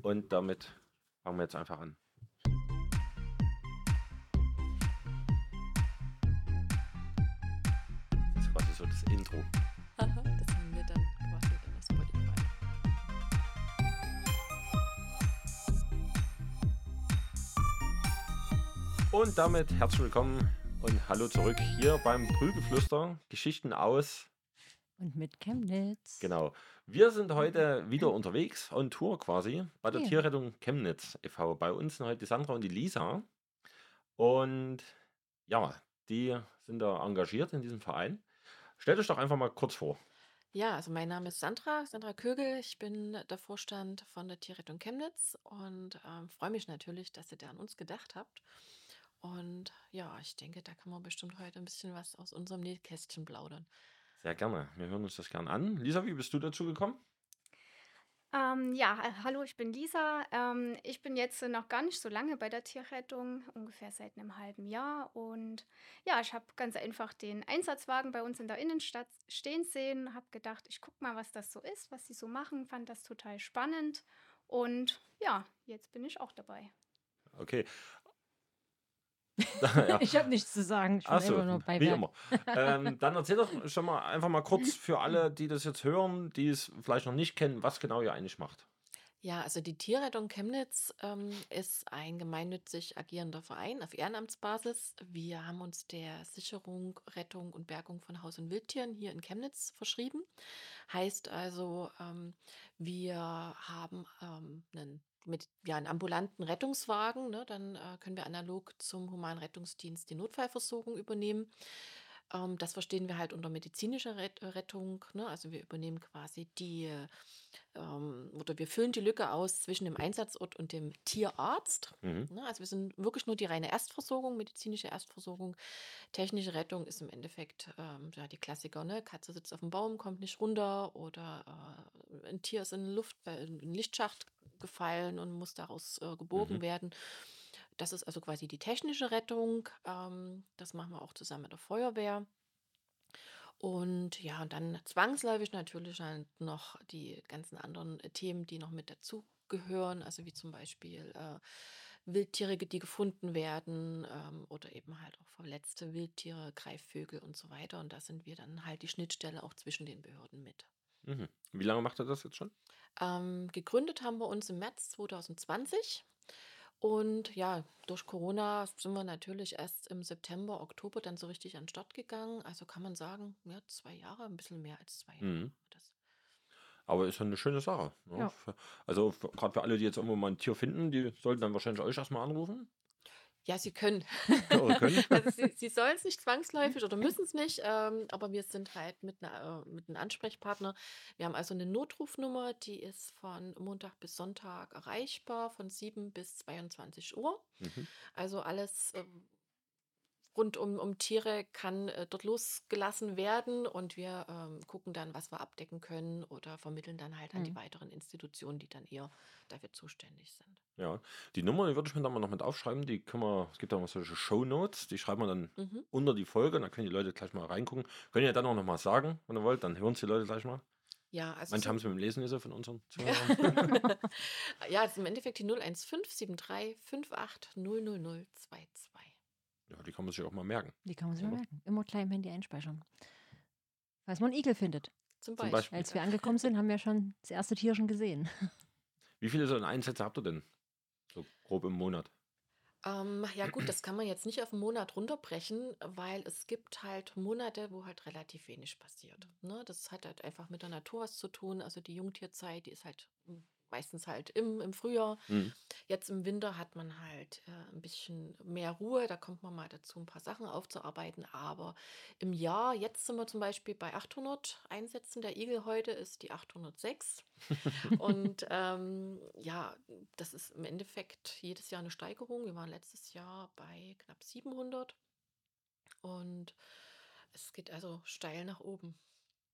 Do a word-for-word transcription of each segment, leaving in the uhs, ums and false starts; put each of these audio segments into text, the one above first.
Und damit fangen wir jetzt einfach an. Das ist quasi so das Intro. Aha, das haben wir dann quasi in Spotify. Und damit herzlich willkommen und hallo zurück hier beim Brühlgeflüster. Geschichten aus. Und mit Chemnitz. Genau. Wir sind heute wieder unterwegs, on Tour quasi, bei der Ja. Tierrettung Chemnitz e V. Bei uns sind heute die Sandra und die Lisa. Und ja, die sind da engagiert in diesem Verein. Stellt euch doch einfach mal kurz vor. Ja, also mein Name ist Sandra, Sandra Kögel. Ich bin der Vorstand von der Tierrettung Chemnitz und ähm, freue mich natürlich, dass ihr da an uns gedacht habt. Und ja, ich denke, da kann man bestimmt heute ein bisschen was aus unserem Nähkästchen plaudern. Sehr gerne. Wir hören uns das gern an. Lisa, wie bist du dazu gekommen? Ähm, ja, äh, hallo, ich bin Lisa. Ähm, ich bin jetzt äh, noch gar nicht so lange bei der Tierrettung, ungefähr seit einem halben Jahr. Und ja, ich habe ganz einfach den Einsatzwagen bei uns in der Innenstadt stehen sehen, habe gedacht, ich gucke mal, was das so ist, was sie so machen, fand das total spannend. Und ja, jetzt bin ich auch dabei. Okay. Ja. Ich habe nichts zu sagen. Ich bin Achso, immer nur bei wie Werk. immer. Ähm, dann erzähl doch schon mal einfach mal kurz für alle, die das jetzt hören, die es vielleicht noch nicht kennen, was genau ihr eigentlich macht. Ja, also die Tierrettung Chemnitz ähm, ist ein gemeinnützig agierender Verein auf Ehrenamtsbasis. Wir haben uns der Sicherung, Rettung und Bergung von Haus- und Wildtieren hier in Chemnitz verschrieben. Heißt also, ähm, wir haben ähm, einen, mit, ja, einen ambulanten Rettungswagen, ne, dann äh, können wir analog zum Humanrettungsdienst die Notfallversorgung übernehmen. Ähm, das verstehen wir halt unter medizinischer Ret Rettung. Ne? Also wir übernehmen quasi die ähm, oder wir füllen die Lücke aus zwischen dem Einsatzort und dem Tierarzt. Mhm. Ne? Also wir sind wirklich nur die reine Erstversorgung, medizinische Erstversorgung. Technische Rettung ist im Endeffekt ähm, ja, die Klassiker. Ne? Katze sitzt auf dem Baum, kommt nicht runter oder äh, ein Tier ist in, Luft, äh, in einen Lichtschacht gefallen und muss daraus äh, geborgen Mhm. werden. Das ist also quasi die technische Rettung. Ähm, das machen wir auch zusammen mit der Feuerwehr. Und ja, und dann zwangsläufig natürlich halt noch die ganzen anderen äh, Themen, die noch mit dazugehören, also wie zum Beispiel äh, Wildtiere, die gefunden werden ähm, oder eben halt auch verletzte Wildtiere, Greifvögel und so weiter. Und da sind wir dann halt die Schnittstelle auch zwischen den Behörden mit. Mhm. Wie lange macht ihr das jetzt schon? Ähm, gegründet haben wir uns im März zwanzig zwanzig. Und ja, durch Corona sind wir natürlich erst im September, Oktober dann so richtig an den Start gegangen. Also kann man sagen, ja, zwei Jahre, ein bisschen mehr als zwei Jahre. Mhm. Das. Aber ist ja eine schöne Sache. Ne? Ja. Für- Also gerade für alle, die jetzt irgendwo mal ein Tier finden, die sollten dann wahrscheinlich euch erstmal anrufen. Ja, sie können. Oder können. Also sie, sie sollen es nicht zwangsläufig oder müssen es nicht, ähm, aber wir sind halt mit, einer, äh, mit einem Ansprechpartner. Wir haben also eine Notrufnummer, die ist von Montag bis Sonntag erreichbar, von sieben bis zweiundzwanzig Uhr. Mhm. Also alles ähm, rund um, um Tiere kann äh, dort losgelassen werden und wir ähm, gucken dann, was wir abdecken können oder vermitteln dann halt an die Mhm. weiteren Institutionen, die dann eher dafür zuständig sind. Ja, die Nummer, die würde ich mir dann mal noch mit aufschreiben. Die können wir, es gibt da mal solche Shownotes, die schreiben wir dann Mhm. unter die Folge. Da können die Leute gleich mal reingucken. Können ja dann auch noch mal sagen, wenn ihr wollt. Dann hören es die Leute gleich mal. Ja, also Manche so- haben es mit dem Lesen nicht so von unseren Zuhörern. ja, es ist im Endeffekt die null eins fünf sieben drei fünf acht null null null zwei zwei. Ja, die kann man sich auch mal merken. Die kann man sich mal Oder? merken. Immer klein im Handy einspeichern. Falls man einen Igel findet. Zum Zum Beispiel. Beispiel. Als wir angekommen sind, haben wir schon das erste Tier schon gesehen. Wie viele so eine Einsätze habt ihr denn? So grob im Monat. Ähm, ja gut, das kann man jetzt nicht auf einen Monat runterbrechen, weil es gibt halt Monate, wo halt relativ wenig passiert. Ne? Das hat halt einfach mit der Natur was zu tun. Also die Jungtierzeit, die ist halt mm, meistens halt im, im Frühjahr. Mhm. Jetzt im Winter hat man halt äh, ein bisschen mehr Ruhe, da kommt man mal dazu, ein paar Sachen aufzuarbeiten. Aber im Jahr, jetzt sind wir zum Beispiel bei achthundert Einsätzen. Der Igel heute ist die achthundertsechs. Und ähm, ja, das ist im Endeffekt jedes Jahr eine Steigerung. Wir waren letztes Jahr bei knapp siebenhundert. Und es geht also steil nach oben.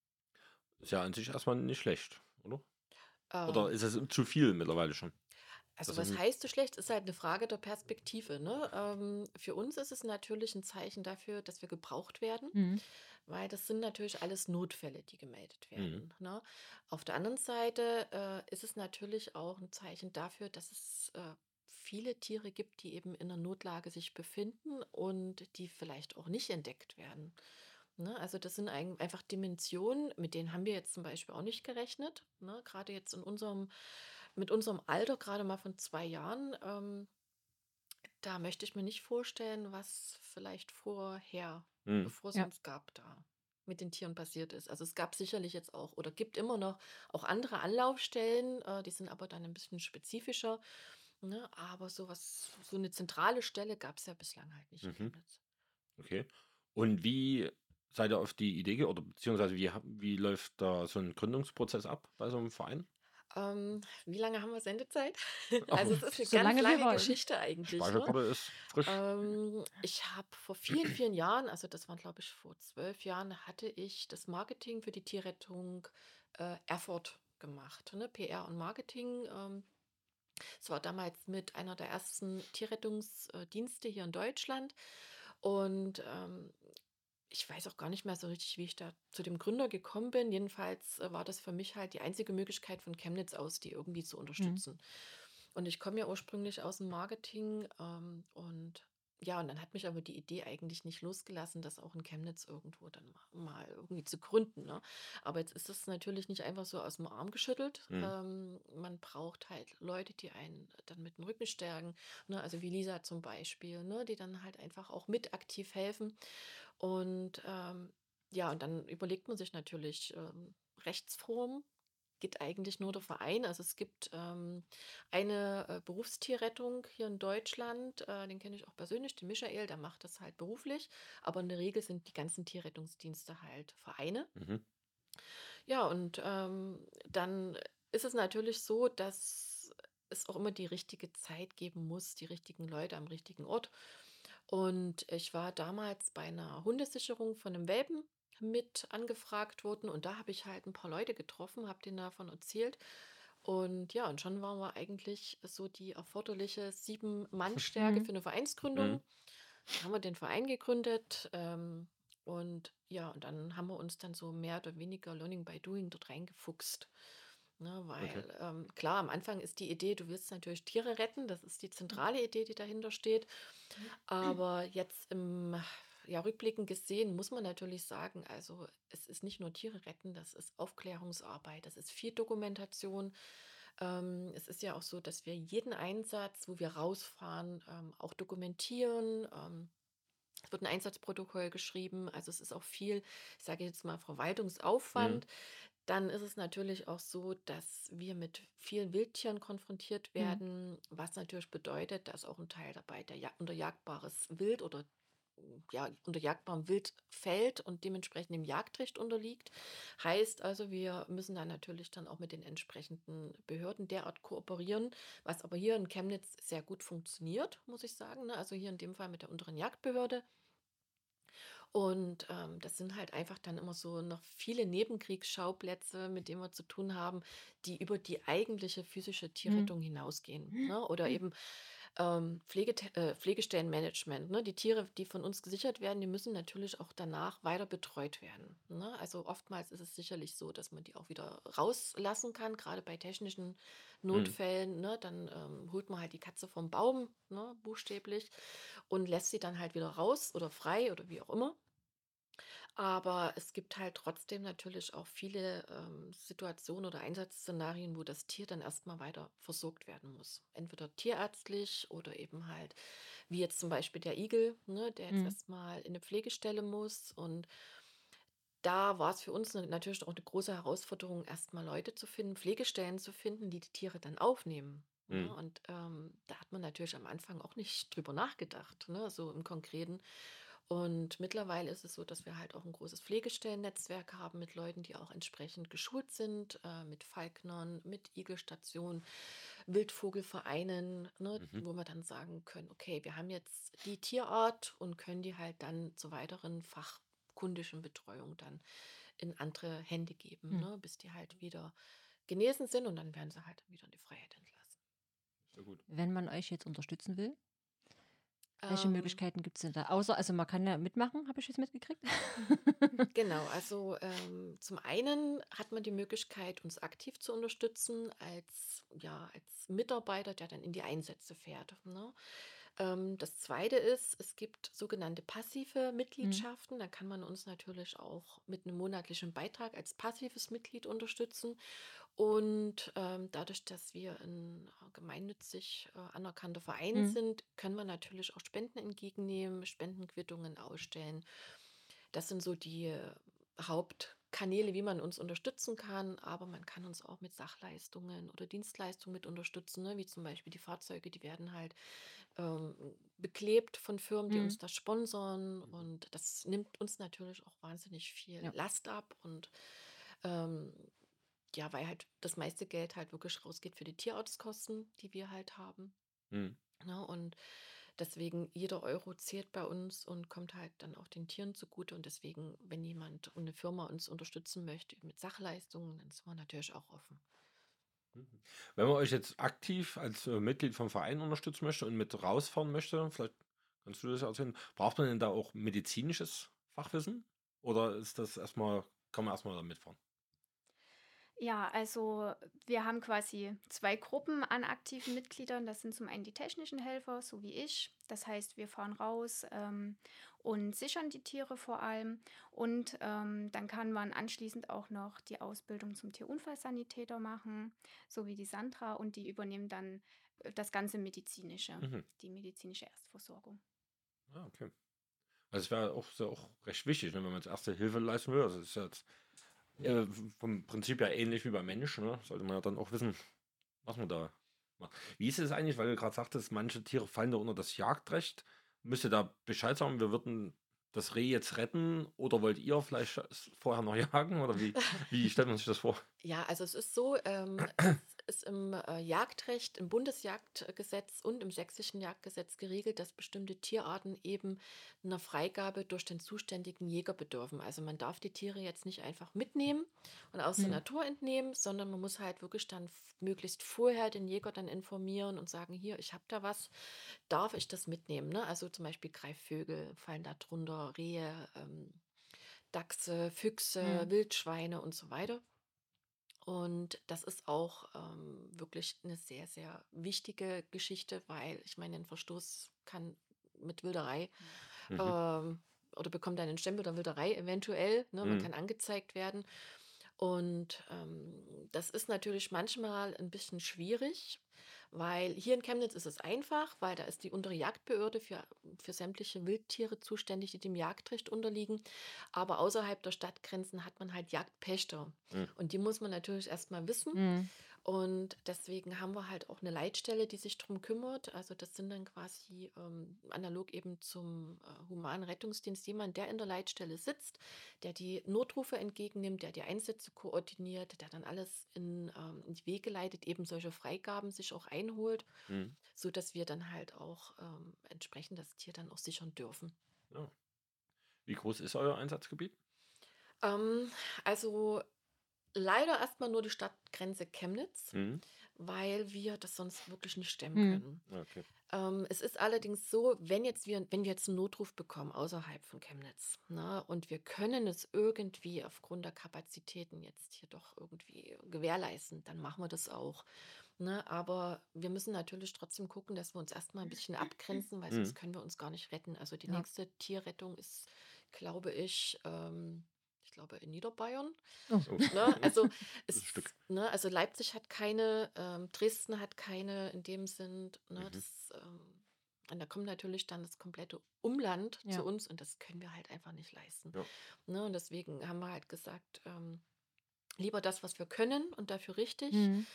Ist ja an sich erstmal nicht schlecht, oder? Äh, Oder ist es zu viel mittlerweile schon? Also Das was sind heißt so schlecht? Ist halt eine Frage der Perspektive, ne? Ähm, für uns ist es natürlich ein Zeichen dafür, dass wir gebraucht werden, Mhm. weil das sind natürlich alles Notfälle, die gemeldet mhm, werden, ne? Auf der anderen Seite, äh, ist es natürlich auch ein Zeichen dafür, dass es, äh, viele Tiere gibt, die eben in 'ner Notlage sich befinden und die vielleicht auch nicht entdeckt werden, ne? Also, das sind eigen einfach Dimensionen, mit denen haben wir jetzt zum Beispiel auch nicht gerechnet, ne? Grade jetzt in unserem mit unserem Alter, gerade mal von zwei Jahren, ähm, da möchte ich mir nicht vorstellen, was vielleicht vorher, mhm, bevor es Ja. uns gab, da mit den Tieren passiert ist. Also, es gab sicherlich jetzt auch oder gibt immer noch auch andere Anlaufstellen, äh, die sind aber dann ein bisschen spezifischer, ne? Aber so was so eine zentrale Stelle gab es ja bislang halt nicht in mhm, Chemnitz. okay. Und wie seid ihr auf die Idee ge oder beziehungsweise wie ha wie läuft da so ein Gründungsprozess ab bei so einem Verein? Ähm, wie lange haben wir Sendezeit? Ach, Also, es ist eine So ganz lange wir lange wollen. Geschichte eigentlich, ne? Speicherkarte ist frisch. Ähm, ich habe vor vielen, vielen Jahren, also das waren, glaube ich, vor zwölf Jahren, hatte ich das Marketing für die Tierrettung äh, Erfurt gemacht, ne? P R und Marketing. Ähm, es war damals mit einer der ersten Tierrettungsdienste hier in Deutschland. Und ähm, ich weiß auch gar nicht mehr so richtig, wie ich da zu dem Gründer gekommen bin. Jedenfalls äh, war das für mich halt die einzige Möglichkeit von Chemnitz aus, die irgendwie zu Mhm. unterstützen. Und ich komme ja ursprünglich aus dem Marketing, ähm, und ja, und dann hat mich aber die Idee eigentlich nicht losgelassen, das auch in Chemnitz irgendwo dann ma- mal irgendwie zu gründen, ne? Aber jetzt ist es natürlich nicht einfach so aus dem Arm geschüttelt. Mhm, Ähm, man braucht halt Leute, die einen dann mit dem Rücken stärken, ne? Also wie Lisa zum Beispiel, ne? Die dann halt einfach auch mit aktiv helfen. Und ähm, ja, und dann überlegt man sich natürlich ähm, Rechtsform. Geht eigentlich nur der Verein. Also es gibt ähm, eine äh, Berufstierrettung hier in Deutschland, äh, den kenne ich auch persönlich, den Michael, der macht das halt beruflich. Aber in der Regel sind die ganzen Tierrettungsdienste halt Vereine. mhm, Ja, und ähm, dann ist es natürlich so, dass es auch immer die richtige Zeit geben muss, die richtigen Leute am richtigen Ort. Und ich war damals bei einer Hundesicherung von einem Welpen mit angefragt worden und da habe ich halt ein paar Leute getroffen, habe denen davon erzählt. Und ja, und schon waren wir eigentlich so die erforderliche Sieben-Mann-Stärke Mhm. für eine mhm, Vereinsgründung. Dann haben wir den Verein gegründet, ähm, und ja, und dann haben wir uns dann so mehr oder weniger Learning by Doing dort reingefuchst. Ne, okay. weil ähm, klar, am Anfang ist die Idee, du willst natürlich Tiere retten, das ist die zentrale Idee, die dahinter steht. Aber jetzt im ja, rückblickend gesehen muss man natürlich sagen, also es ist nicht nur Tiere retten, das ist Aufklärungsarbeit, das ist viel Dokumentation. Ähm, es ist ja auch so, dass wir jeden Einsatz, wo wir rausfahren, ähm, auch dokumentieren. Ähm, es wird ein Einsatzprotokoll geschrieben. Also es ist auch viel, ich sage jetzt mal, Mhm, Verwaltungsaufwand. Dann ist es natürlich auch so, dass wir mit vielen Wildtieren konfrontiert Mhm. werden, was natürlich bedeutet, dass auch ein Teil dabei, der ja unterjagbares Wild oder mm, ja, unter jagbarem Wild fällt und dementsprechend dem Jagdrecht unterliegt. Heißt also, wir müssen dann natürlich dann auch mit den entsprechenden Behörden derart kooperieren, was aber hier in Chemnitz sehr gut funktioniert, muss ich sagen. Ne? Also hier in dem Fall mit der unteren Jagdbehörde. Und ähm, das sind halt einfach dann immer so noch viele Nebenkriegsschauplätze, mit denen wir zu tun haben, die über die eigentliche physische Mhm. Tierrettung hinausgehen. Ne? Oder eben ähm, Pflege, äh, Pflegestellenmanagement. Ne? Die Tiere, die von uns gesichert werden, die müssen natürlich auch danach weiter betreut werden. Ne? Also oftmals ist es sicherlich so, dass man die auch wieder rauslassen kann, gerade bei technischen mhm, Notfällen. Ne? Dann ähm, holt man halt die Katze vom Baum, ne? Buchstäblich, und lässt sie dann halt wieder raus oder frei oder wie auch immer. Aber es gibt halt trotzdem natürlich auch viele ähm, Situationen oder Einsatzszenarien, wo das Tier dann erstmal weiter versorgt werden muss. Entweder tierärztlich oder eben halt, wie jetzt zum Beispiel der Igel, ne, der jetzt Mhm. erstmal in eine Pflegestelle muss. Und da war es für uns ne- natürlich auch eine große Herausforderung, erstmal Leute zu finden, Pflegestellen zu finden, die die Tiere dann aufnehmen. Ne? mhm, Und ähm, da hat man natürlich am Anfang auch nicht drüber nachgedacht, ne? So im Konkreten. Und mittlerweile ist es so, dass wir halt auch ein großes Pflegestellennetzwerk haben mit Leuten, die auch entsprechend geschult sind, äh, mit Falknern, mit Igelstationen, Wildvogelvereinen, ne, mhm, wo wir dann sagen können, okay, wir haben jetzt die Tierart und können die halt dann zur weiteren fachkundischen Betreuung dann in andere Hände geben, Mhm. ne, bis die halt wieder genesen sind und dann werden sie halt wieder in die Freiheit entlassen. sehr gut. wenn man euch jetzt unterstützen will? Welche Ähm, Möglichkeiten gibt es denn da? Außer, also man kann ja mitmachen, habe ich jetzt mitgekriegt. genau, also ähm, zum einen hat man die Möglichkeit, uns aktiv zu unterstützen als, ja, als Mitarbeiter, der dann in die Einsätze fährt. Ne? Ähm, das zweite ist, es gibt sogenannte passive Mhm. Mitgliedschaften. Da kann man uns natürlich auch mit einem monatlichen Beitrag als passives Mitglied unterstützen. Und ähm, dadurch, dass wir ein äh, gemeinnützig äh, anerkannter Verein Mhm. sind, können wir natürlich auch Spenden entgegennehmen, Spendenquittungen ausstellen. Das sind so die äh, Hauptkanäle, wie man uns unterstützen kann, aber man kann uns auch mit Sachleistungen oder Dienstleistungen mit unterstützen, ne? Wie zum Beispiel die Fahrzeuge, die werden halt ähm, beklebt von Firmen, die uns Mhm. das sponsern, Mhm. und das nimmt uns natürlich auch wahnsinnig viel Ja. Last ab, und ähm, ja, weil halt das meiste Geld halt wirklich rausgeht für die Tierarztkosten, die wir halt haben. Mhm. Ne? Und deswegen, jeder Euro zählt bei uns und kommt halt dann auch den Tieren zugute. Und deswegen, wenn jemand und eine Firma uns unterstützen möchte mit Sachleistungen, dann sind wir natürlich auch offen. Mhm. Wenn man euch jetzt aktiv als äh, Mitglied vom Verein unterstützen möchte und mit rausfahren möchte, vielleicht kannst du das erzählen, braucht man denn da auch medizinisches Fachwissen? Oder ist das erstmal, kann man erstmal da mitfahren? Ja, also wir haben quasi zwei Gruppen an aktiven Mitgliedern. Das sind zum einen die technischen Helfer, so wie ich. Das heißt, wir fahren raus ähm, und sichern die Tiere vor allem. Und ähm, dann kann man anschließend auch noch die Ausbildung zum Tierunfallsanitäter machen, so wie die Sandra. Und die übernehmen dann äh, das ganze Medizinische, Mhm. die medizinische Erstversorgung. Ah, okay. Also es wäre auch, ist ja auch recht wichtig, ne, wenn man jetzt erste Hilfe leisten will. Also es ist ja jetzt äh, vom Prinzip ja ähnlich wie beim Menschen, ne? Sollte man ja dann auch wissen, was man da macht. Wie ist es eigentlich, weil du gerade sagtest, manche Tiere fallen da unter das Jagdrecht? Müsst ihr da Bescheid sagen, wir würden das Reh jetzt retten oder wollt ihr vielleicht es vorher noch jagen? Oder wie, wie stellt man sich das vor? Ja, also es ist so, ähm, es ist im äh, Jagdrecht, im Bundesjagdgesetz und im sächsischen Jagdgesetz geregelt, dass bestimmte Tierarten eben einer Freigabe durch den zuständigen Jäger bedürfen. Also man darf die Tiere jetzt nicht einfach mitnehmen und aus der Mhm. Natur entnehmen, sondern man muss halt wirklich dann f- möglichst vorher den Jäger dann informieren und sagen, hier, ich habe da was, darf ich das mitnehmen? Ne? Also zum Beispiel Greifvögel fallen da drunter, Rehe, ähm, Dachse, Füchse, Mhm. Wildschweine und so weiter. Und das ist auch ähm, wirklich eine sehr, sehr wichtige Geschichte, weil ich meine, ein Verstoß kann mit Wilderei Mhm. ähm, oder bekommt einen Stempel der Wilderei eventuell. Ne? Man Mhm. kann angezeigt werden. Und ähm, das ist natürlich manchmal ein bisschen schwierig, weil hier in Chemnitz ist es einfach, weil da ist die untere Jagdbehörde für, für sämtliche Wildtiere zuständig, die dem Jagdrecht unterliegen. Aber außerhalb der Stadtgrenzen hat man halt Jagdpächter. Mhm. Und die muss man natürlich erstmal wissen. Mhm. Und deswegen haben wir halt auch eine Leitstelle, die sich drum kümmert. Also das sind dann quasi ähm, analog eben zum äh, Humanen Rettungsdienst jemand, der in der Leitstelle sitzt, der die Notrufe entgegennimmt, der die Einsätze koordiniert, der dann alles in, ähm, in die Wege leitet, eben solche Freigaben sich auch einholt, Mhm. sodass wir dann halt auch ähm, entsprechend das Tier dann auch sichern dürfen. Ja. Wie groß ist euer Einsatzgebiet? Ähm, also leider erstmal nur die Stadtgrenze Chemnitz, Mhm. weil wir das sonst wirklich nicht stemmen Mhm. können. Okay. Ähm, es ist allerdings so, wenn jetzt wir, wenn wir jetzt einen Notruf bekommen außerhalb von Chemnitz, ne, und wir können es irgendwie aufgrund der Kapazitäten jetzt hier doch irgendwie gewährleisten, dann machen wir das auch. Ne? Aber wir müssen natürlich trotzdem gucken, dass wir uns erstmal ein bisschen abgrenzen, weil sonst Mhm. können wir uns gar nicht retten. Also die Ja. nächste Tierrettung ist, glaube ich, ähm, ich glaube in Niederbayern. Oh. Oh, Ne? Also das es, ist ein Stück. ne, also Leipzig hat keine, ähm, Dresden hat keine in dem Sinn, ne, Mhm. das, ähm, und da kommt natürlich dann das komplette Umland zu Ja. uns, und das können wir halt einfach nicht leisten. Ja. Ne? Und deswegen haben wir halt gesagt, ähm, lieber das, was wir können und dafür richtig. Mhm.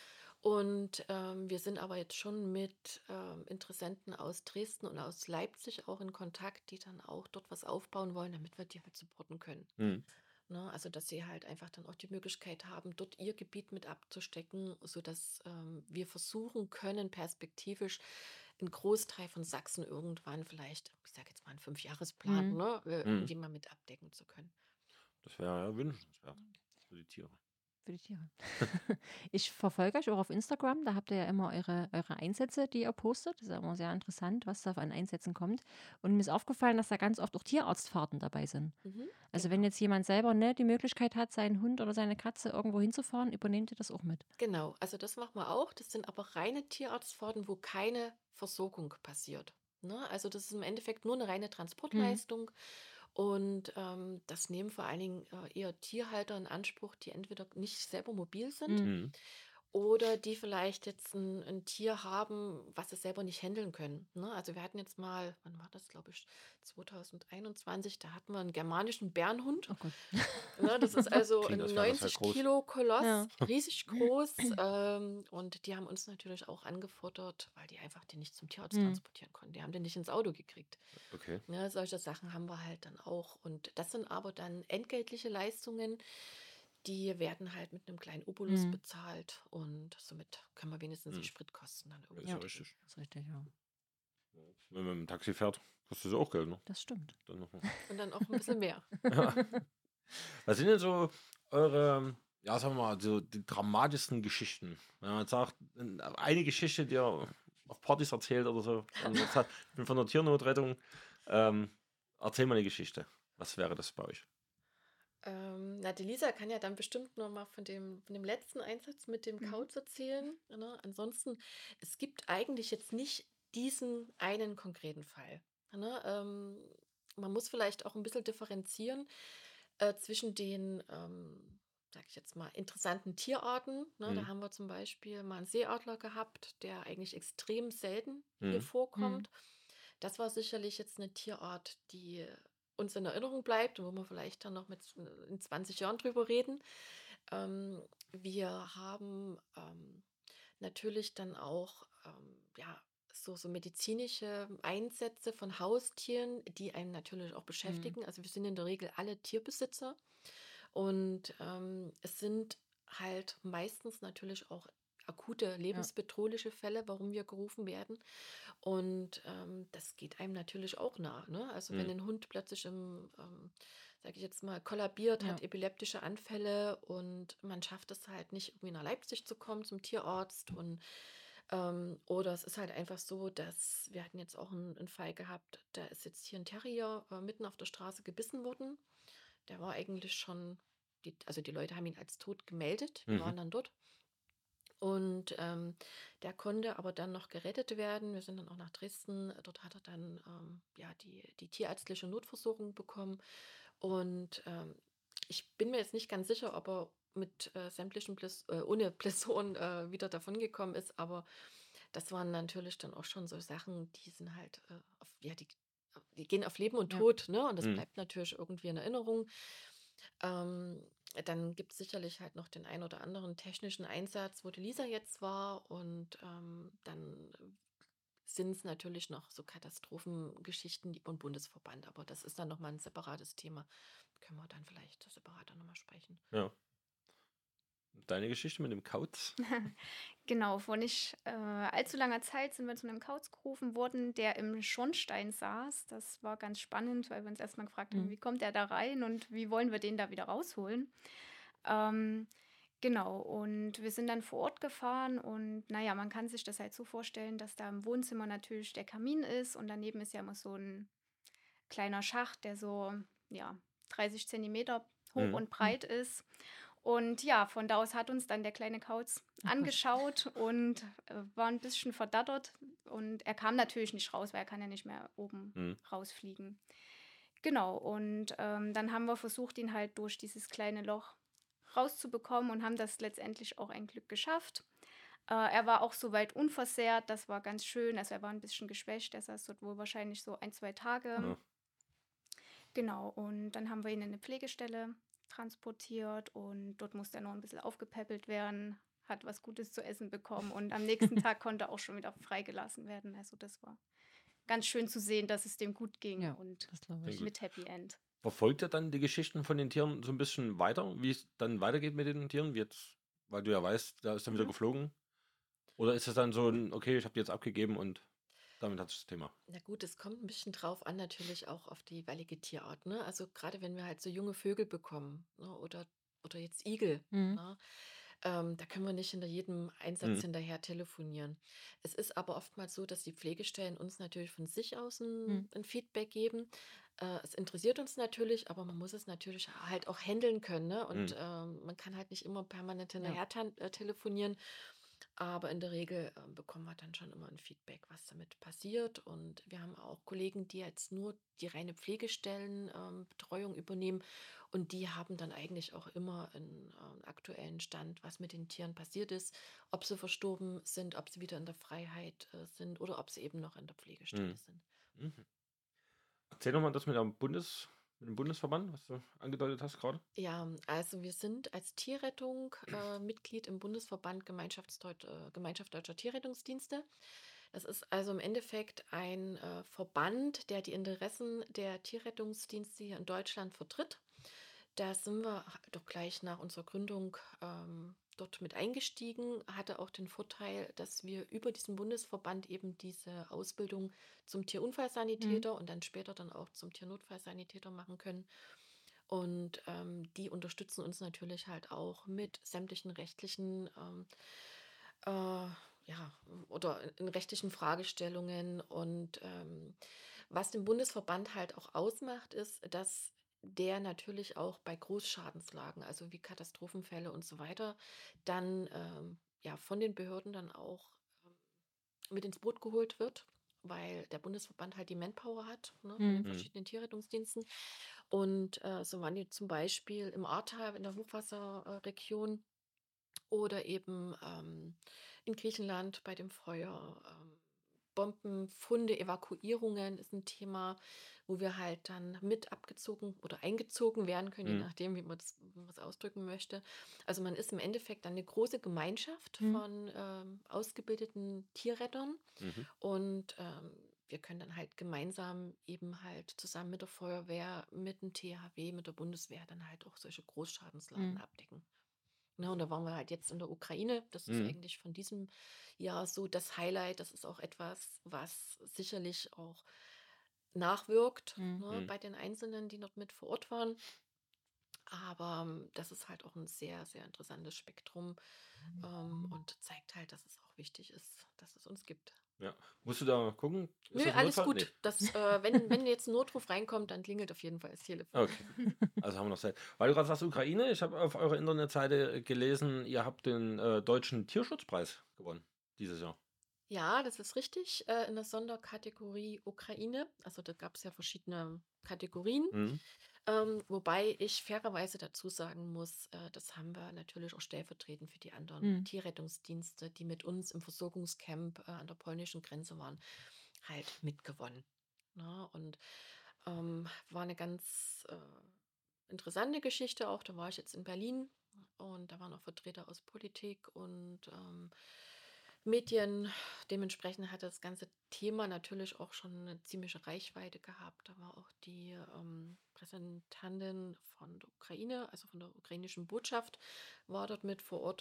Und ähm, wir sind aber jetzt schon mit ähm, Interessenten aus Dresden und aus Leipzig auch in Kontakt, die dann auch dort was aufbauen wollen, damit wir die halt supporten können. Mhm. Ne? Also, dass sie halt einfach dann auch die Möglichkeit haben, dort ihr Gebiet mit abzustecken, sodass ähm, wir versuchen können, perspektivisch einen Großteil von Sachsen irgendwann vielleicht, ich sage jetzt mal einen Fünfjahresplan, Mhm. ne, äh, Mhm. irgendwie mal mit abdecken zu können. Das wäre ja wünschenswert für die Tiere. für die Tiere. Ich verfolge euch auch auf Instagram, da habt ihr ja immer eure, eure Einsätze, die ihr postet. Das ist ja immer sehr interessant, was da an Einsätzen kommt. Und mir ist aufgefallen, dass da ganz oft auch Tierarztfahrten dabei sind. Mhm, Also wenn genau. jetzt jemand selber ne, die Möglichkeit hat, seinen Hund oder seine Katze irgendwo hinzufahren, übernehmt ihr das auch mit. Genau, also das machen wir auch. Das sind aber reine Tierarztfahrten, wo keine Versorgung passiert. Ne? Also das ist im Endeffekt nur eine reine Mhm. Transportleistung. Und ähm, das nehmen vor allen Dingen äh, eher Tierhalter in Anspruch, die entweder nicht selber mobil sind Mhm. Mhm. oder die vielleicht jetzt ein, ein Tier haben, was sie selber nicht handeln können. Ne? Also wir hatten jetzt mal, wann war das, glaube ich, zwanzig einundzwanzig, da hatten wir einen germanischen Bärenhund. Oh Gott. Ne, das ist also Klingt, ein als wäre das halt neunzig groß. Kilo Koloss, Ja. riesig groß. Ähm, und die haben uns natürlich auch angefordert, weil die einfach den nicht zum Tierarzt Mhm. transportieren konnten. Die haben den nicht ins Auto gekriegt. Okay. Ne, solche Sachen haben wir halt dann auch. Und das sind aber dann entgeltliche Leistungen, die werden halt mit einem kleinen Obolus Mhm. bezahlt. Und somit können wir wenigstens die Mhm. Spritkosten dann Ja, irgendwie ist ja Ja. decken. richtig. Das ist richtig, ja. Wenn man mit dem Taxi fährt, kostet es auch Geld, ne? Das stimmt. Dann noch mal. Und dann auch ein bisschen mehr. Ja. Was sind denn so eure, ja, sagen wir mal, so die dramatischsten Geschichten? Wenn man jetzt sagt, in- eine Geschichte, die ihr auf Partys erzählt oder so, und jetzt hat, ich bin von der Tiernotrettung, ähm, erzähl mal eine Geschichte. Was wäre das bei euch? Ähm, na, die Lisa kann ja dann bestimmt noch mal von dem, von dem letzten Einsatz mit dem Mhm. Kauz erzählen. Ne? Ansonsten, es gibt eigentlich jetzt nicht diesen einen konkreten Fall. Ne? Ähm, man muss vielleicht auch ein bisschen differenzieren äh, zwischen den, ähm, sag ich jetzt mal, interessanten Tierarten. Ne? Da Mhm. haben wir zum Beispiel mal einen Seeadler gehabt, der eigentlich extrem selten hier Mhm. vorkommt. Mhm. Das war sicherlich jetzt eine Tierart, die uns in Erinnerung bleibt und wo wir vielleicht dann noch mit in zwanzig Jahren drüber reden. Ähm, wir haben ähm, natürlich dann auch ähm, ja, so, so medizinische Einsätze von Haustieren, die einen natürlich auch Mhm. beschäftigen. Also wir sind in der Regel alle Tierbesitzer und ähm, es sind halt meistens natürlich auch akute Ja. lebensbedrohliche Fälle, warum wir gerufen werden. Und ähm, das geht einem natürlich auch nah. Ne? Also wenn Mhm. ein Hund plötzlich im, ähm, sage ich jetzt mal, kollabiert, Ja. hat epileptische Anfälle und man schafft es halt nicht, irgendwie nach Leipzig zu kommen zum Tierarzt. Und ähm, oder es ist halt einfach so, dass wir hatten jetzt auch einen, einen Fall gehabt, da ist jetzt hier ein Terrier äh, mitten auf der Straße gebissen worden. Der war eigentlich schon, die, also die Leute haben ihn als tot gemeldet. Wir Mhm. waren dann dort. Und ähm, der konnte aber dann noch gerettet werden. Wir sind dann auch nach Dresden. Dort hat er dann ähm, ja, die, die tierärztliche Notversorgung bekommen. Und ähm, ich bin mir jetzt nicht ganz sicher, ob er mit äh, sämtlichen Blis äh, ohne Blessuren äh, wieder davongekommen ist. Aber das waren natürlich dann auch schon so Sachen, die sind halt, äh, auf, ja, die, die gehen auf Leben und Ja. Tod. Ne? Und das Mhm. bleibt natürlich irgendwie in Erinnerung. Ähm, dann gibt es sicherlich halt noch den ein oder anderen technischen Einsatz, wo die Lisa jetzt war. Und ähm, dann sind es natürlich noch so Katastrophengeschichten über den Bundesverband. Aber das ist dann nochmal ein separates Thema. Können wir dann vielleicht separat nochmal sprechen. Ja. Deine Geschichte mit dem Kauz? Genau, vor nicht äh, allzu langer Zeit sind wir zu einem Kauz gerufen worden, der im Schornstein saß. Das war ganz spannend, weil wir uns erstmal gefragt haben, Mhm. wie kommt der da rein und wie wollen wir den da wieder rausholen. Ähm, genau, und wir sind dann vor Ort gefahren und naja, man kann sich das halt so vorstellen, dass da im Wohnzimmer natürlich der Kamin ist und daneben ist ja immer so ein kleiner Schacht, der so, ja, dreißig Zentimeter hoch Mhm. und Mhm. breit ist. Und ja, von da aus hat uns dann der kleine Kauz Oh Gott. angeschaut und äh, war ein bisschen verdattert. Und er kam natürlich nicht raus, weil er kann ja nicht mehr oben Mhm. rausfliegen. Genau, und ähm, dann haben wir versucht, ihn halt durch dieses kleine Loch rauszubekommen und haben das letztendlich auch ein Glück geschafft. Äh, er war auch soweit unversehrt, das war ganz schön. Also er war ein bisschen geschwächt, er saß dort wohl wahrscheinlich so ein, zwei Tage. Ja. Genau, und dann haben wir ihn in eine Pflegestelle transportiert und dort musste er noch ein bisschen aufgepäppelt werden, hat was Gutes zu essen bekommen und am nächsten Tag konnte er auch schon wieder freigelassen werden. Also das war ganz schön zu sehen, dass es dem gut ging Ja, und das glaube Klingt ich. gut. mit Happy End. Verfolgt ihr dann die Geschichten von den Tieren so ein bisschen weiter, wie es dann weitergeht mit den Tieren? Wie jetzt, weil du ja weißt, da ist dann wieder Mhm. geflogen. Oder ist es dann so ein, okay, ich habe die jetzt abgegeben und damit hat sich das Thema. Na gut, es kommt ein bisschen drauf an, natürlich auch auf die jeweilige Tierart. Ne? Also gerade wenn wir halt so junge Vögel bekommen, ne? Oder oder jetzt Igel. Mhm. Ne? Ähm, da können wir nicht hinter jedem Einsatz Mhm. hinterher telefonieren. Es ist aber oftmals so, dass die Pflegestellen uns natürlich von sich aus ein, Mhm. ein Feedback geben. Äh, es interessiert uns natürlich, aber man muss es natürlich halt auch handeln können. Ne? Und Mhm. ähm, man kann halt nicht immer permanent Ja. hinterher tan- äh, telefonieren. Aber in der Regel ähm, bekommen wir dann schon immer ein Feedback, was damit passiert. Und wir haben auch Kollegen, die jetzt nur die reine Pflegestellenbetreuung ähm, Betreuung übernehmen. Und die haben dann eigentlich auch immer einen ähm, aktuellen Stand, was mit den Tieren passiert ist, ob sie verstorben sind, ob sie wieder in der Freiheit äh, sind oder ob sie eben noch in der Pflegestelle Mhm. sind. Mhm. Erzähl nochmal das mit dem Bundes, mit dem Bundesverband, was du angedeutet hast gerade. Ja, also wir sind als Tierrettung äh, Mitglied im Bundesverband Gemeinschaftsdeut äh, Gemeinschaft Deutscher Tierrettungsdienste. Das ist also im Endeffekt ein äh, Verband, der die Interessen der Tierrettungsdienste hier in Deutschland vertritt. Da sind wir doch gleich nach unserer Gründung ähm, dort mit eingestiegen, hatte auch den Vorteil, dass wir über diesen Bundesverband eben diese Ausbildung zum Mhm. Tierunfallsanitäter und dann später dann auch zum Tiernotfallsanitäter machen können. Und ähm, die unterstützen uns natürlich halt auch mit sämtlichen rechtlichen ähm, äh, ja, oder in rechtlichen Fragestellungen. Und ähm, was den Bundesverband halt auch ausmacht, ist, dass der natürlich auch bei Großschadenslagen, also wie Katastrophenfälle und so weiter, dann ähm, ja von den Behörden dann auch ähm, mit ins Boot geholt wird, weil der Bundesverband halt die Manpower hat, ne, von den Mhm. Mhm. verschiedenen Tierrettungsdiensten. Und äh, so waren die zum Beispiel im Ahrtal in der Hochwasserregion oder eben ähm, in Griechenland bei dem Feuer. Ähm, Bombenfunde, Evakuierungen ist ein Thema, wo wir halt dann mit abgezogen oder eingezogen werden können, je Mhm. nachdem, wie man das, wie man es ausdrücken möchte. Also man ist im Endeffekt dann eine große Gemeinschaft Mhm. von ähm, ausgebildeten Tierrettern Mhm. und ähm, wir können dann halt gemeinsam eben halt zusammen mit der Feuerwehr, mit dem T H W, mit der Bundeswehr dann halt auch solche Großschadenslagen Mhm. abdecken. Ne, und da waren wir halt jetzt in der Ukraine. Das ist Mhm. eigentlich von diesem Jahr so das Highlight. Das ist auch etwas, was sicherlich auch nachwirkt, Mhm. ne, Mhm. bei den Einzelnen, die dort mit vor Ort waren. Aber ähm, das ist halt auch ein sehr, sehr interessantes Spektrum ähm, und zeigt halt, dass es auch wichtig ist, dass es uns gibt. Ja. Musst du da gucken? Ist Nö, das alles Notfall? Nee. gut. Das, äh, wenn, wenn jetzt ein Notruf reinkommt, dann klingelt auf jeden Fall das Telefon. Okay. Also haben wir noch Zeit. Weil du gerade sagst Ukraine, ich habe auf eurer Internetseite gelesen, ihr habt den äh, deutschen Tierschutzpreis gewonnen dieses Jahr. Ja, das ist richtig. Äh, in der Sonderkategorie Ukraine. Also da gab es ja verschiedene Kategorien. Mhm. Ähm, wobei ich fairerweise dazu sagen muss, äh, das haben wir natürlich auch stellvertretend für die anderen Mhm. Tierrettungsdienste, die mit uns im Versorgungscamp äh, an der polnischen Grenze waren, halt mitgewonnen. Ne? Und ähm, war eine ganz äh, interessante Geschichte auch. Da war ich jetzt in Berlin und da waren auch Vertreter aus Politik und ähm, Medien. Dementsprechend hat das ganze Thema natürlich auch schon eine ziemliche Reichweite gehabt. Da war auch die ähm, Repräsentantin von der Ukraine, also von der ukrainischen Botschaft, war dort mit vor Ort.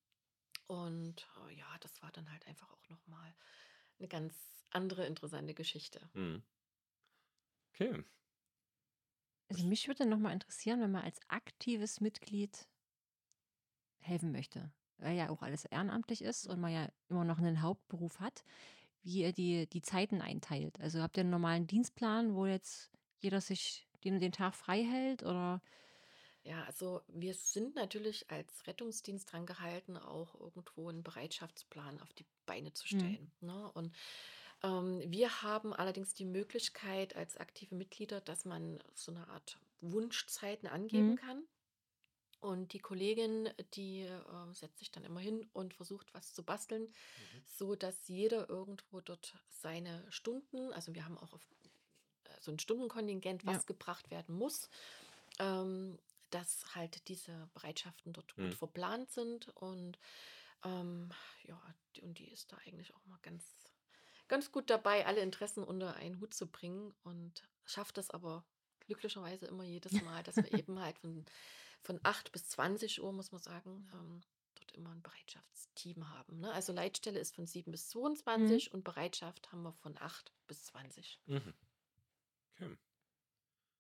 Und äh, ja, das war dann halt einfach auch nochmal eine ganz andere interessante Geschichte. Mhm. Okay. Also mich würde noch mal interessieren, wenn man als aktives Mitglied helfen möchte, weil ja auch alles ehrenamtlich ist und man ja immer noch einen Hauptberuf hat, wie ihr die, die Zeiten einteilt. Also habt ihr einen normalen Dienstplan, wo jetzt jeder sich den, den Tag frei hält oder? Ja, also wir sind natürlich als Rettungsdienst dran gehalten, auch irgendwo einen Bereitschaftsplan auf die Beine zu Mhm. stellen. Ne? Und ähm, wir haben allerdings die Möglichkeit als aktive Mitglieder, dass man so eine Art Wunschzeiten angeben Mhm. kann. Und die Kollegin, die äh, setzt sich dann immer hin und versucht, was zu basteln, Mhm. so dass jeder irgendwo dort seine Stunden, also wir haben auch auf, äh, so ein Stundenkontingent, Ja. was gebracht werden muss, ähm, dass halt diese Bereitschaften dort gut Mhm. verplant sind und ähm, ja, die, und die ist da eigentlich auch mal ganz, ganz gut dabei, alle Interessen unter einen Hut zu bringen und schafft das aber glücklicherweise immer jedes Mal, dass wir eben halt von, von acht bis zwanzig Uhr, muss man sagen, ähm, dort immer ein Bereitschaftsteam haben. Ne? Also Leitstelle ist von sieben bis Mhm. zweiundzwanzig und Bereitschaft haben wir von acht bis zwanzig. Mhm. Okay.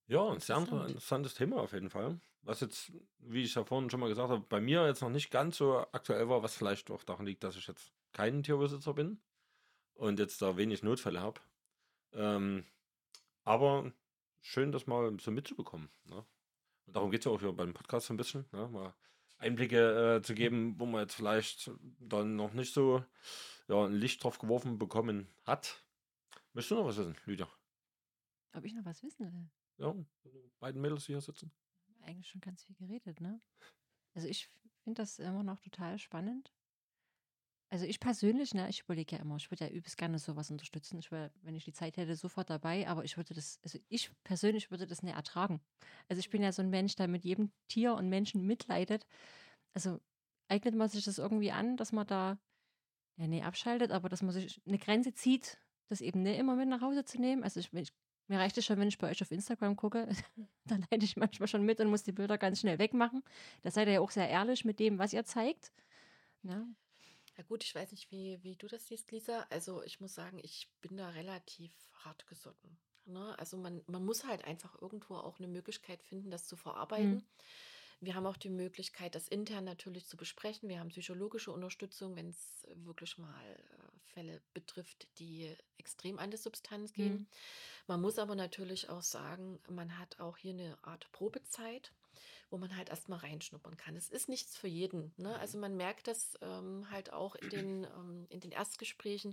Ja, ein sehr Interessant. interessantes Thema auf jeden Fall. Was jetzt, wie ich ja vorhin schon mal gesagt habe, bei mir jetzt noch nicht ganz so aktuell war, was vielleicht auch daran liegt, dass ich jetzt kein Tierbesitzer bin und jetzt da wenig Notfälle habe. Ähm, aber schön, das mal so mitzubekommen. Ne? Und darum geht es ja auch hier beim Podcast so ein bisschen, ne? Mal Einblicke äh, zu geben, wo man jetzt vielleicht dann noch nicht so ja, ein Licht drauf geworfen bekommen hat. Möchtest du noch was wissen, Lydia? Ob ich noch was wissen will? Ja, die beiden Mädels, die hier sitzen. Eigentlich schon ganz viel geredet, ne? Also ich finde das immer noch total spannend. Also ich persönlich, ne, ich überlege ja immer, ich würde ja übelst gerne sowas unterstützen. Ich wäre, wenn ich die Zeit hätte, sofort dabei, aber ich würde das, also ich persönlich würde das nicht ertragen. Also ich bin ja so ein Mensch, der mit jedem Tier und Menschen mitleidet. Also eignet man sich das irgendwie an, dass man da, ja, nee, abschaltet, aber dass man sich eine Grenze zieht, das eben nicht immer mit nach Hause zu nehmen. Also ich, wenn ich mir reicht es schon, wenn ich bei euch auf Instagram gucke, dann leide ich manchmal schon mit und muss die Bilder ganz schnell wegmachen. Da seid ihr ja auch sehr ehrlich mit dem, was ihr zeigt. Ja. Ja gut, ich weiß nicht, wie, wie du das siehst, Lisa. Also ich muss sagen, ich bin da relativ hart gesotten. Ne? Also man, man muss halt einfach irgendwo auch eine Möglichkeit finden, das zu verarbeiten. Mhm. Wir haben auch die Möglichkeit, das intern natürlich zu besprechen. Wir haben psychologische Unterstützung, wenn es wirklich mal äh, Fälle betrifft, die extrem an die Substanz gehen. Mhm. Man muss aber natürlich auch sagen, man hat auch hier eine Art Probezeit, wo man halt erstmal reinschnuppern kann. Es ist nichts für jeden. Ne? Also man merkt das ähm, halt auch in den, ähm, in den Erstgesprächen.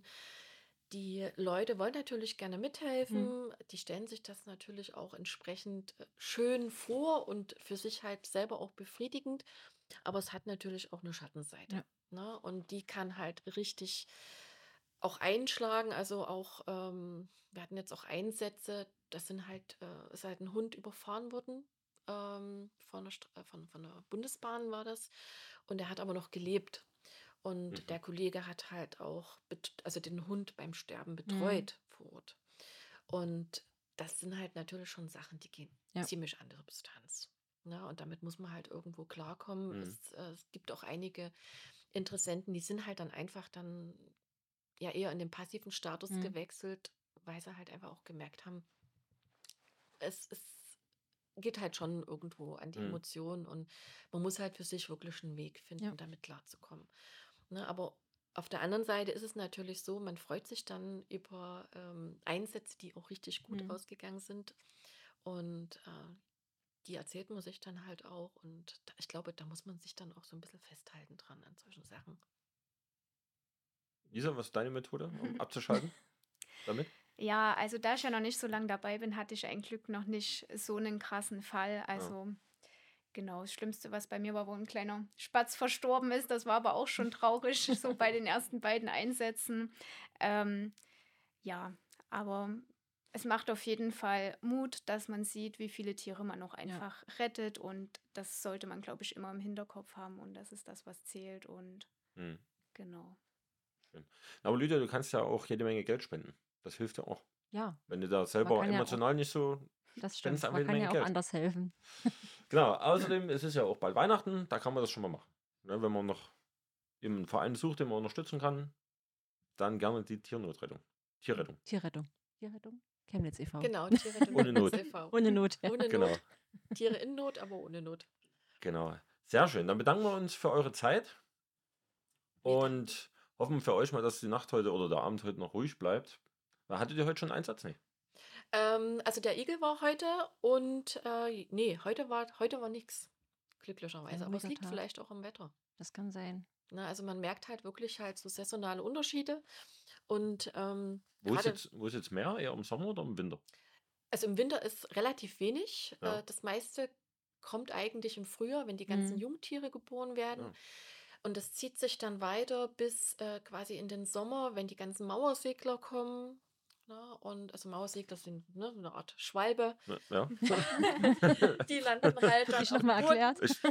Die Leute wollen natürlich gerne Mhm. mithelfen. Die stellen sich das natürlich auch entsprechend äh, schön vor und für sich halt selber auch befriedigend. Aber es hat natürlich auch eine Schattenseite. Ja. Ne? Und die kann halt richtig auch einschlagen. Also auch, ähm, wir hatten jetzt auch Einsätze, das sind halt, äh, ist halt ein Hund überfahren worden. Ähm, von, der St- äh, von, von der Bundesbahn war das. Und er hat aber noch gelebt. Und Mhm. der Kollege hat halt auch bet also den Hund beim Sterben Mhm. betreut vor Ort. Und das sind halt natürlich schon Sachen, die gehen Ja. ziemlich an die Substanz. Ne? Und damit muss man halt irgendwo klarkommen. Mhm. Es, äh, es gibt auch einige Interessenten, die sind halt dann einfach dann ja eher in den passiven Status Mhm. gewechselt, weil sie halt einfach auch gemerkt haben, es, es geht halt schon irgendwo an die Mhm. Emotionen und man muss halt für sich wirklich einen Weg Ja. finden, damit klarzukommen. Ne, aber auf der anderen Seite ist es natürlich so, man freut sich dann über ähm, Einsätze, die auch richtig gut Mhm. ausgegangen sind. Und äh, die erzählt man sich dann halt auch. Und da, ich glaube, da muss man sich dann auch so ein bisschen festhalten dran an solchen Sachen. Lisa, was ist deine Methode, um abzuschalten damit? Ja, also da ich ja noch nicht so lange dabei bin, hatte ich ein Glück noch nicht so einen krassen Fall. Ja. Also genau, das Schlimmste, was bei mir war, wo ein kleiner Spatz verstorben ist, das war aber auch schon traurig, so bei den ersten beiden Einsätzen. Ähm, ja, aber es macht auf jeden Fall Mut, dass man sieht, wie viele Tiere man noch Ja. einfach rettet und das sollte man, glaube ich, immer im Hinterkopf haben und das ist das, was zählt und Mhm. genau. Schön. Aber Lydia, du kannst ja auch jede Menge Geld spenden. Das hilft ja auch. Ja, Wenn du da man selber kann ja auch, emotional nicht so das spendest, stimmt, einfach man jede kann Menge ja auch Geld. anders helfen. Genau, außerdem ist es ja auch bald Weihnachten, da kann man das schon mal machen. Ne, wenn man noch einen Verein sucht, den man unterstützen kann, dann gerne die Tiernotrettung. Tierrettung. Tierrettung. Tierrettung? Chemnitz e V. Genau, Tierrettung Ohne Not. Chemnitz e V. Ohne Not, ja. Ohne Genau, Not. Tiere in Not, aber ohne Not. genau. Sehr schön. Dann bedanken wir uns für eure Zeit Wir danken. und hoffen für euch mal, dass die Nacht heute oder der Abend heute noch ruhig bleibt. Weil Hattet ihr heute schon einen Einsatz? Nee. Ähm, also der Igel war heute und äh, nee, heute war heute war nichts. Glücklicherweise. Ein Aber es ruhiger liegt Tag. vielleicht auch am Wetter. Das kann sein. Ne? Also man merkt halt wirklich halt so saisonale Unterschiede. Und ähm, Wo ist gerade, jetzt, wo ist jetzt mehr? Eher im Sommer oder im Winter? also im Winter ist relativ wenig. Ja. Äh, das meiste kommt eigentlich im Frühjahr, wenn die ganzen Mhm. Jungtiere geboren werden. Ja. Und das zieht sich dann weiter bis äh, quasi in den Sommer, wenn die ganzen Mauersegler kommen. Ne? Und also Mauersegler sind ne, so eine Art Schwalbe. Ne, ja. Die landen halt dann Ich auf dem nochmal Boden. erklärt. Ich,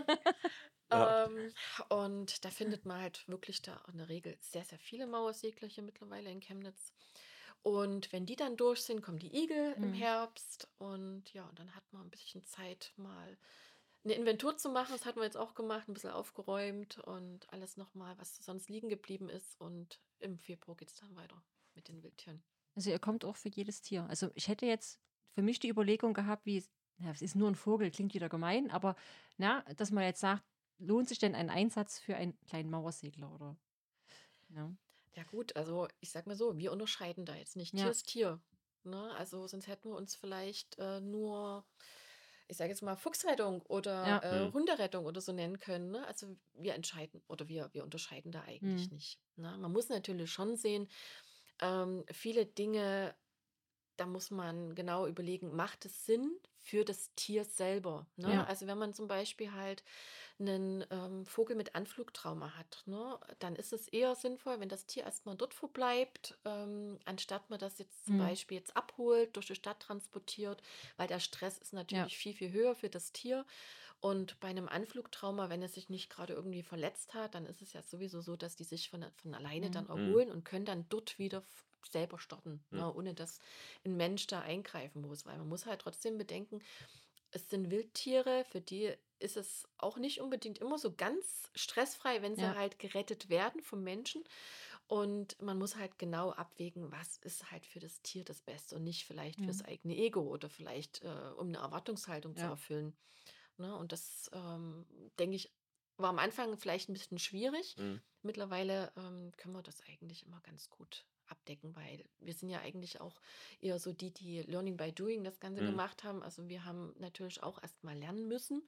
ja. Ähm, und da findet man halt wirklich da in der Regel sehr, sehr viele Mauersegler hier mittlerweile in Chemnitz. Und wenn die dann durch sind, kommen die Igel im Mhm. Herbst. Und ja, und dann hat man ein bisschen Zeit, mal eine Inventur zu machen. Das hatten wir jetzt auch gemacht, ein bisschen aufgeräumt und alles nochmal, was sonst liegen geblieben ist. Und im Februar geht es dann weiter mit den Wildtieren. Also ihr kommt auch für jedes Tier. Also ich hätte jetzt für mich die Überlegung gehabt, wie ja, es ist nur ein Vogel, klingt wieder gemein, aber na, dass man jetzt sagt, lohnt sich denn ein Einsatz für einen kleinen Mauersegler oder ja. Ja gut, also ich sag mal so, wir unterscheiden da jetzt nicht. Tier Ja, ist Tier. Ne? Also sonst hätten wir uns vielleicht äh, nur, ich sage jetzt mal, Fuchsrettung oder ja, äh, Hm. Hunderettung oder so nennen können. Ne? Also wir entscheiden oder wir, wir unterscheiden da eigentlich hm, nicht. Ne? Man muss natürlich schon sehen, ähm, viele Dinge, da muss man genau überlegen, macht es Sinn für das Tier selber? Ne? ja, Also wenn man zum Beispiel halt einen ähm, Vogel mit Anflugtrauma hat, ne, dann ist es eher sinnvoll, wenn das Tier erstmal dort verbleibt, ähm, anstatt man das jetzt zum hm, Beispiel jetzt abholt, durch die Stadt transportiert, weil der Stress ist ja, natürlich viel, viel höher für das Tier. Und bei einem Anflugtrauma, wenn es sich nicht gerade irgendwie verletzt hat, dann ist es ja sowieso so, dass die sich von, von alleine dann hm, Hm. erholen und können dann dort wieder f- selber starten, Hm. ne, ohne dass ein Mensch da eingreifen muss. Weil man muss halt trotzdem bedenken, es sind Wildtiere, für die ist es auch nicht unbedingt immer so ganz stressfrei, wenn sie ja, halt gerettet werden vom Menschen. Und man muss halt genau abwägen, was ist halt für das Tier das Beste und nicht vielleicht fürs hm, eigene Ego oder vielleicht äh, um eine Erwartungshaltung zu ja, erfüllen. Ne? Und das, ähm, denke ich, war am Anfang vielleicht ein bisschen schwierig. Hm. Mittlerweile ähm, können wir das eigentlich immer ganz gut abdecken, weil wir sind ja eigentlich auch eher so die, die Learning by Doing das Ganze Hm. gemacht haben. Also wir haben natürlich auch erst mal lernen müssen.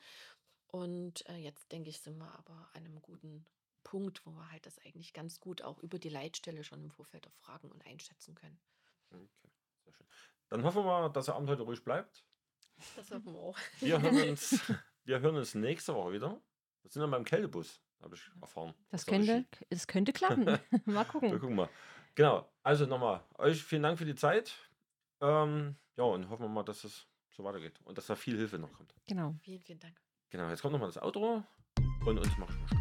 Und äh, jetzt denke ich, sind wir aber an einem guten Punkt, wo wir halt das eigentlich ganz gut auch über die Leitstelle schon im Vorfeld erfragen und einschätzen können. Okay, sehr schön. Dann hoffen wir, dass der Abend heute ruhig bleibt. Das hoffen wir auch. Wir hören uns, wir hören uns nächste Woche wieder. Wir sind dann beim Kältebus, habe ich erfahren. Das aus der Regie. könnte, es könnte klappen. Mal Wir gucken. gucken mal. Genau, also nochmal, euch vielen Dank für die Zeit. Ähm, ja, und hoffen wir mal, dass es so weitergeht und dass da viel Hilfe noch kommt. Genau. Vielen, vielen Dank. Genau, jetzt kommt nochmal das Outro und uns macht Spaß.